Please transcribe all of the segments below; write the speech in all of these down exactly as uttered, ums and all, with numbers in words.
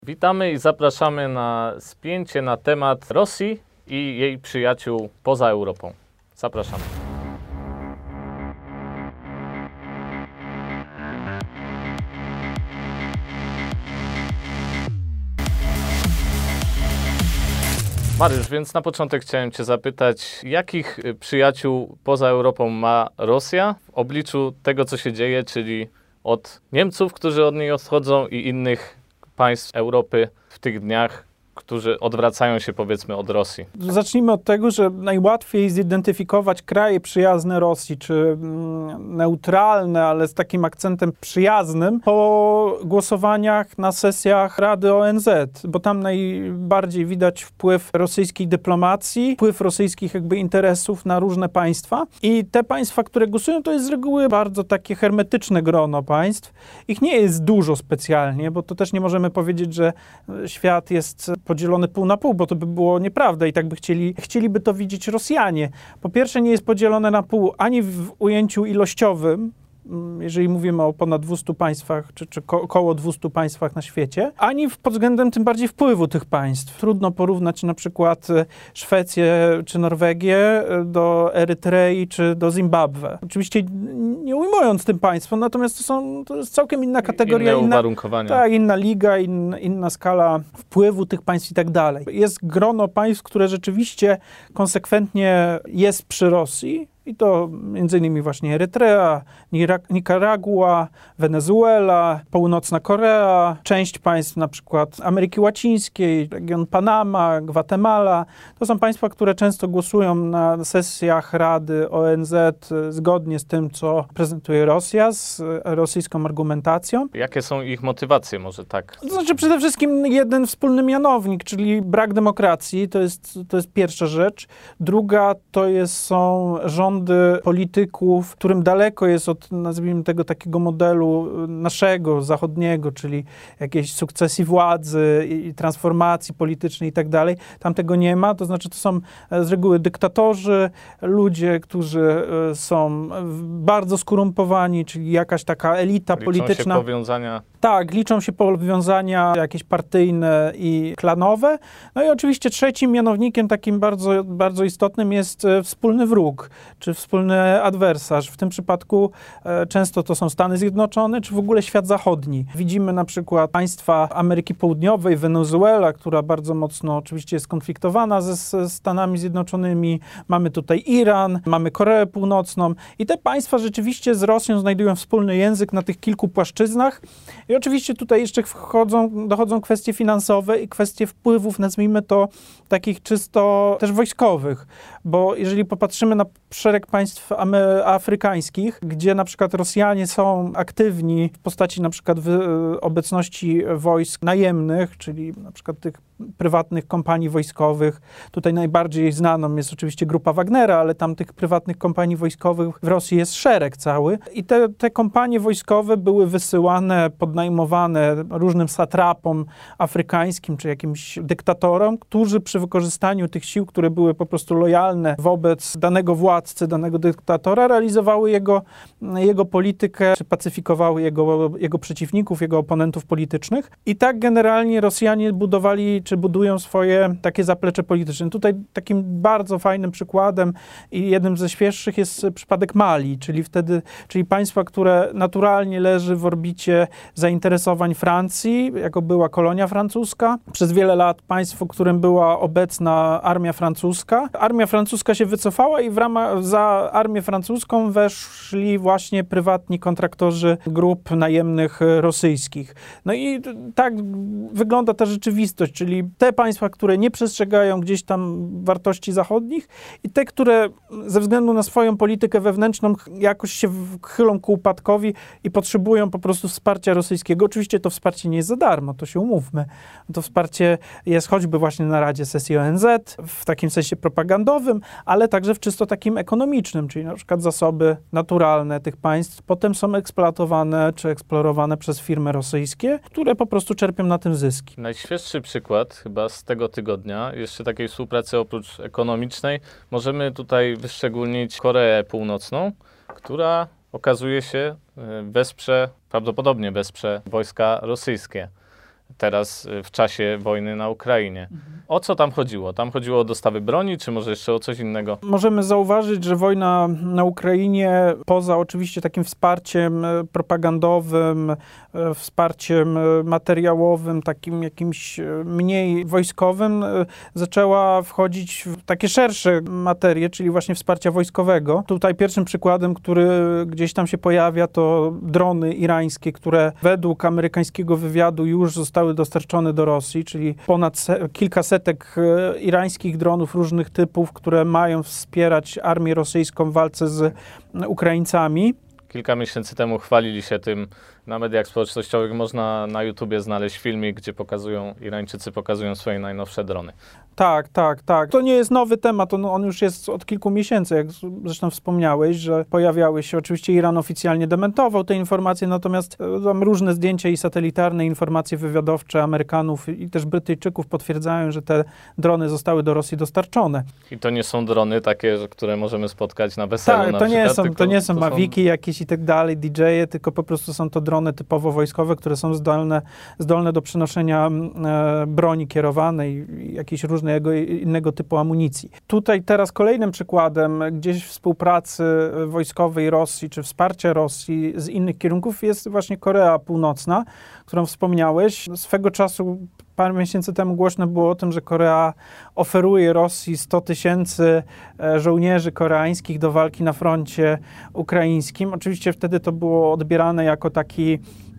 Witamy i zapraszamy na spięcie na temat Rosji i jej przyjaciół poza Europą. Zapraszamy. Mariusz, więc na początek chciałem Cię zapytać, jakich przyjaciół poza Europą ma Rosja w obliczu tego, co się dzieje, czyli od Niemców, którzy od niej odchodzą, i innych państw Europy w tych dniach, którzy odwracają się, powiedzmy, od Rosji? Zacznijmy od tego, że najłatwiej zidentyfikować kraje przyjazne Rosji, czy mm, neutralne, ale z takim akcentem przyjaznym, po głosowaniach na sesjach Rady O N Z, bo tam najbardziej widać wpływ rosyjskiej dyplomacji, wpływ rosyjskich jakby interesów na różne państwa. I te państwa, które głosują, to jest z reguły bardzo takie hermetyczne grono państw. Ich nie jest dużo specjalnie, bo to też nie możemy powiedzieć, że świat jest podzielony pół na pół, bo to by było nieprawda i tak by chcieli, chcieliby to widzieć Rosjanie. Po pierwsze, nie jest podzielone na pół ani w ujęciu ilościowym, jeżeli mówimy o ponad dwustu państwach, czy, czy ko- około dwustu państwach na świecie, ani w, pod względem tym bardziej wpływu tych państw. Trudno porównać na przykład Szwecję czy Norwegię do Erytrei czy do Zimbabwe. Oczywiście nie ujmując tym państwom, natomiast to, są, to jest całkiem inna kategoria. Inne uwarunkowania. Inna, tak, inna liga, in, inna skala wpływu tych państw i tak dalej. Jest grono państw, które rzeczywiście konsekwentnie jest przy Rosji. I to między innymi właśnie Erytrea, Nikaragua, Wenezuela, Północna Korea, część państw na przykład Ameryki Łacińskiej, region Panama, Gwatemala. To są państwa, które często głosują na sesjach Rady O N Z zgodnie z tym, co prezentuje Rosja, z rosyjską argumentacją. Jakie są ich motywacje, może tak? To znaczy przede wszystkim jeden wspólny mianownik, czyli brak demokracji, to jest, to jest pierwsza rzecz. Druga to jest, są rządy polityków, którym daleko jest od, nazwijmy tego, takiego modelu naszego, zachodniego, czyli jakiejś sukcesji władzy i transformacji politycznej i tak dalej. Tam tego nie ma, to znaczy to są z reguły dyktatorzy, ludzie, którzy są bardzo skorumpowani, czyli jakaś taka elita liczą polityczna. Liczą się powiązania. Tak, liczą się powiązania jakieś partyjne i klanowe. No i oczywiście trzecim mianownikiem takim bardzo, bardzo istotnym jest wspólny wróg, czy wspólny adwersarz. W tym przypadku e, często to są Stany Zjednoczone, czy w ogóle świat zachodni. Widzimy na przykład państwa Ameryki Południowej, Wenezuela, która bardzo mocno oczywiście jest konfliktowana ze, ze Stanami Zjednoczonymi. Mamy tutaj Iran, mamy Koreę Północną i te państwa rzeczywiście z Rosją znajdują wspólny język na tych kilku płaszczyznach. I oczywiście tutaj jeszcze wchodzą, dochodzą kwestie finansowe i kwestie wpływów, nazwijmy to, takich czysto też wojskowych, bo jeżeli popatrzymy na szereg państw afrykańskich, gdzie na przykład Rosjanie są aktywni w postaci na przykład obecności wojsk najemnych, czyli na przykład tych prywatnych kompanii wojskowych. Tutaj najbardziej znaną jest oczywiście grupa Wagnera, ale tam tych prywatnych kompanii wojskowych w Rosji jest szereg cały. I te, te kompanie wojskowe były wysyłane, podnajmowane różnym satrapom afrykańskim, czy jakimś dyktatorom, którzy przy wykorzystaniu tych sił, które były po prostu lojalne wobec danego władcy, danego dyktatora, realizowały jego, jego politykę, czy pacyfikowały jego, jego przeciwników, jego oponentów politycznych. I tak generalnie Rosjanie budowali, czy budują swoje takie zaplecze polityczne. Tutaj takim bardzo fajnym przykładem i jednym ze świeższych jest przypadek Mali, czyli wtedy, czyli państwa, które naturalnie leży w orbicie zainteresowań Francji, jako była kolonia francuska. Przez wiele lat państwo, w którym była obecna armia francuska. Armia francuska się wycofała i w ramach, za armię francuską weszli właśnie prywatni kontraktorzy grup najemnych rosyjskich. No i tak wygląda ta rzeczywistość, czyli te państwa, które nie przestrzegają gdzieś tam wartości zachodnich i te, które ze względu na swoją politykę wewnętrzną jakoś się chylą ku upadkowi i potrzebują po prostu wsparcia rosyjskiego. Oczywiście to wsparcie nie jest za darmo, to się umówmy. To wsparcie jest choćby właśnie na Radzie Sesji O N Z, w takim sensie propagandowym, ale także w czysto takim ekonomicznym, czyli na przykład zasoby naturalne tych państw potem są eksploatowane czy eksplorowane przez firmy rosyjskie, które po prostu czerpią na tym zyski. Najświeższy przykład chyba z tego tygodnia, jeszcze takiej współpracy oprócz ekonomicznej, możemy tutaj wyszczególnić Koreę Północną, która okazuje się wesprze, prawdopodobnie wesprze wojska rosyjskie. teraz w czasie wojny na Ukrainie. O co tam chodziło? Tam chodziło o dostawy broni, czy może jeszcze o coś innego? Możemy zauważyć, że wojna na Ukrainie, poza oczywiście takim wsparciem propagandowym, wsparciem materiałowym, takim jakimś mniej wojskowym, zaczęła wchodzić w takie szersze materie, czyli właśnie wsparcia wojskowego. Tutaj pierwszym przykładem, który gdzieś tam się pojawia, to drony irańskie, które według amerykańskiego wywiadu już zostały dostarczone do Rosji, czyli ponad se- kilkaset irańskich dronów różnych typów, które mają wspierać armię rosyjską w walce z Ukraińcami. Kilka miesięcy temu chwalili się tym na mediach społecznościowych. Można na YouTubie znaleźć filmik, gdzie pokazują, Irańczycy pokazują swoje najnowsze drony. Tak, tak, tak. To nie jest nowy temat, on, on już jest od kilku miesięcy, jak zresztą wspomniałeś, że pojawiały się, oczywiście Iran oficjalnie dementował te informacje, natomiast tam różne zdjęcia i satelitarne informacje wywiadowcze Amerykanów i też Brytyjczyków potwierdzają, że te drony zostały do Rosji dostarczone. I to nie są drony takie, które możemy spotkać na weselu Tak, na to przykład, nie są, tylko to nie są to Maviki jakieś i tak dalej, D J-e, tylko po prostu są to drony typowo wojskowe, które są zdolne, zdolne do przenoszenia e, broni kierowanej i jakiejś różnego innego typu amunicji. Tutaj teraz kolejnym przykładem gdzieś współpracy wojskowej Rosji, czy wsparcia Rosji z innych kierunków jest właśnie Korea Północna, którą wspomniałeś. Swego czasu parę miesięcy temu głośno było o tym, że Korea oferuje Rosji sto tysięcy żołnierzy koreańskich do walki na froncie ukraińskim. Oczywiście wtedy to było odbierane jako taki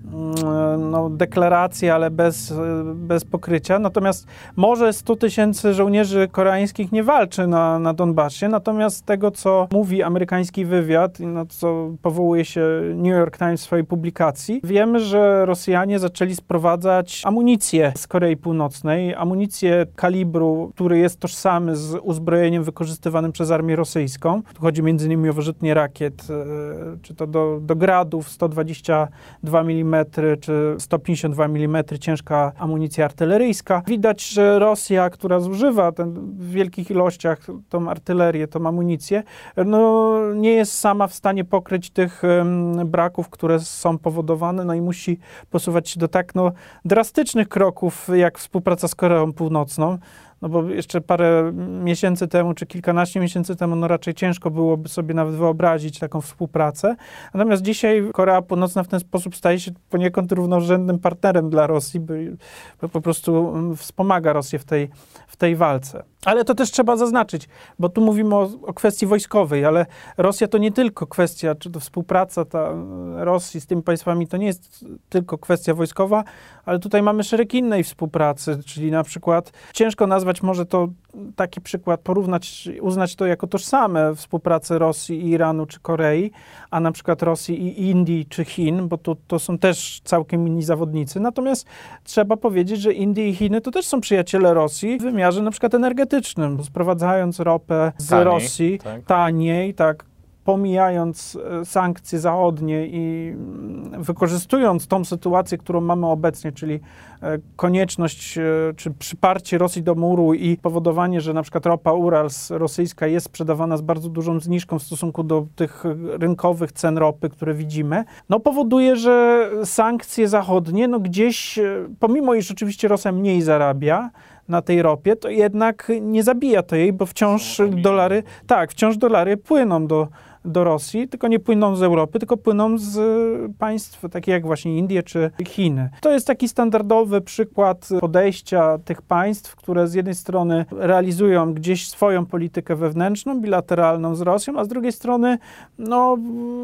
no, deklaracje, ale bez, bez pokrycia. Natomiast może sto tysięcy żołnierzy koreańskich nie walczy na, na Donbasie, natomiast z tego, co mówi amerykański wywiad, na co powołuje się New York Times w swojej publikacji, wiemy, że Rosjanie zaczęli sprowadzać amunicję z Korei Północnej, amunicję kalibru, który jest tożsamy z uzbrojeniem wykorzystywanym przez armię rosyjską. Tu chodzi między innymi o wyrzutnie rakiet, czy to do, do gradów sto dwadzieścia dwa milimetry, czy sto pięćdziesiąt dwa milimetry ciężka amunicja artyleryjska. Widać, że Rosja, która zużywa ten, w wielkich ilościach tą artylerię, tą amunicję, no, nie jest sama w stanie pokryć tych um, braków, które są powodowane, no i musi posuwać się do tak no, drastycznych kroków, jak współpraca z Koreą Północną. No bo jeszcze parę miesięcy temu, czy kilkanaście miesięcy temu, no raczej ciężko byłoby sobie nawet wyobrazić taką współpracę. Natomiast dzisiaj Korea Północna w ten sposób staje się poniekąd równorzędnym partnerem dla Rosji, bo po prostu wspomaga Rosję w tej, w tej walce. Ale to też trzeba zaznaczyć, bo tu mówimy o, o kwestii wojskowej, ale Rosja to nie tylko kwestia, czy to współpraca ta Rosji z tymi państwami, to nie jest tylko kwestia wojskowa, ale tutaj mamy szereg innej współpracy, czyli na przykład ciężko nazwać może to taki przykład, porównać, uznać to jako tożsame współpracę Rosji i Iranu czy Korei, a na przykład Rosji i Indii czy Chin, bo to, to są też całkiem inni zawodnicy. Natomiast trzeba powiedzieć, że Indie i Chiny to też są przyjaciele Rosji w wymiarze na przykład energetycznym, bo sprowadzając ropę z taniej, Rosji tak. taniej, tak, pomijając sankcje zachodnie i wykorzystując tą sytuację, którą mamy obecnie, czyli konieczność czy przyparcie Rosji do muru i powodowanie, że na przykład ropa Urals rosyjska jest sprzedawana z bardzo dużą zniżką w stosunku do tych rynkowych cen ropy, które widzimy, no powoduje, że sankcje zachodnie, no gdzieś, pomimo iż oczywiście Rosja mniej zarabia na tej ropie, to jednak nie zabija to jej, bo wciąż dolary, tak, wciąż dolary płyną do do Rosji, tylko nie płyną z Europy, tylko płyną z państw takich jak właśnie Indie czy Chiny. To jest taki standardowy przykład podejścia tych państw, które z jednej strony realizują gdzieś swoją politykę wewnętrzną, bilateralną z Rosją, a z drugiej strony no,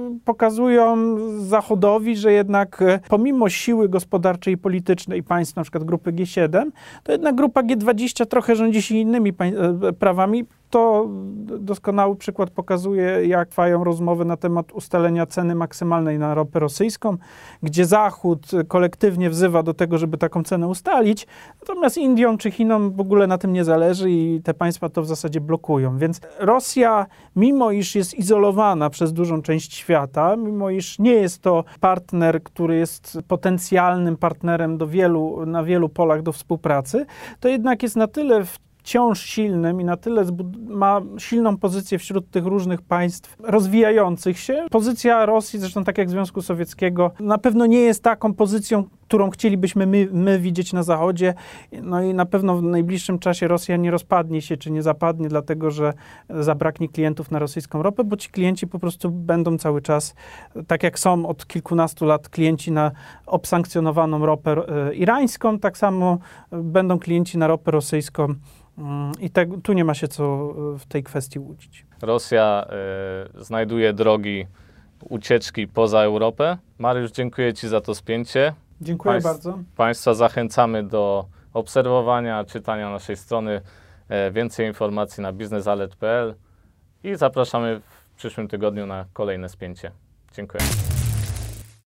pokazują Zachodowi, że jednak pomimo siły gospodarczej i politycznej państw, na przykład grupy G siedem, to jednak grupa G dwadzieścia trochę rządzi się innymi prawami. To doskonały przykład pokazuje, jak trwają rozmowy na temat ustalenia ceny maksymalnej na ropę rosyjską, gdzie Zachód kolektywnie wzywa do tego, żeby taką cenę ustalić, natomiast Indiom czy Chinom w ogóle na tym nie zależy i te państwa to w zasadzie blokują. Więc Rosja, mimo iż jest izolowana przez dużą część świata, mimo iż nie jest to partner, który jest potencjalnym partnerem do wielu, na wielu polach do współpracy, to jednak jest na tyle w wciąż silnym i na tyle ma silną pozycję wśród tych różnych państw rozwijających się. Pozycja Rosji, zresztą tak jak Związku Sowieckiego, na pewno nie jest taką pozycją, którą chcielibyśmy my, my widzieć na Zachodzie. No i na pewno w najbliższym czasie Rosja nie rozpadnie się, czy nie zapadnie, dlatego że zabraknie klientów na rosyjską ropę, bo ci klienci po prostu będą cały czas, tak jak są od kilkunastu lat klienci na obsankcjonowaną ropę irańską, tak samo będą klienci na ropę rosyjską i te, tu nie ma się co w tej kwestii łudzić. Rosja y, znajduje drogi ucieczki poza Europę. Mariusz, dziękuję Ci za to spięcie. Dziękuję Państw, bardzo. Państwa zachęcamy do obserwowania, czytania naszej strony. E, więcej informacji na biznesalert kropka p l i zapraszamy w przyszłym tygodniu na kolejne spięcie. Dziękuję.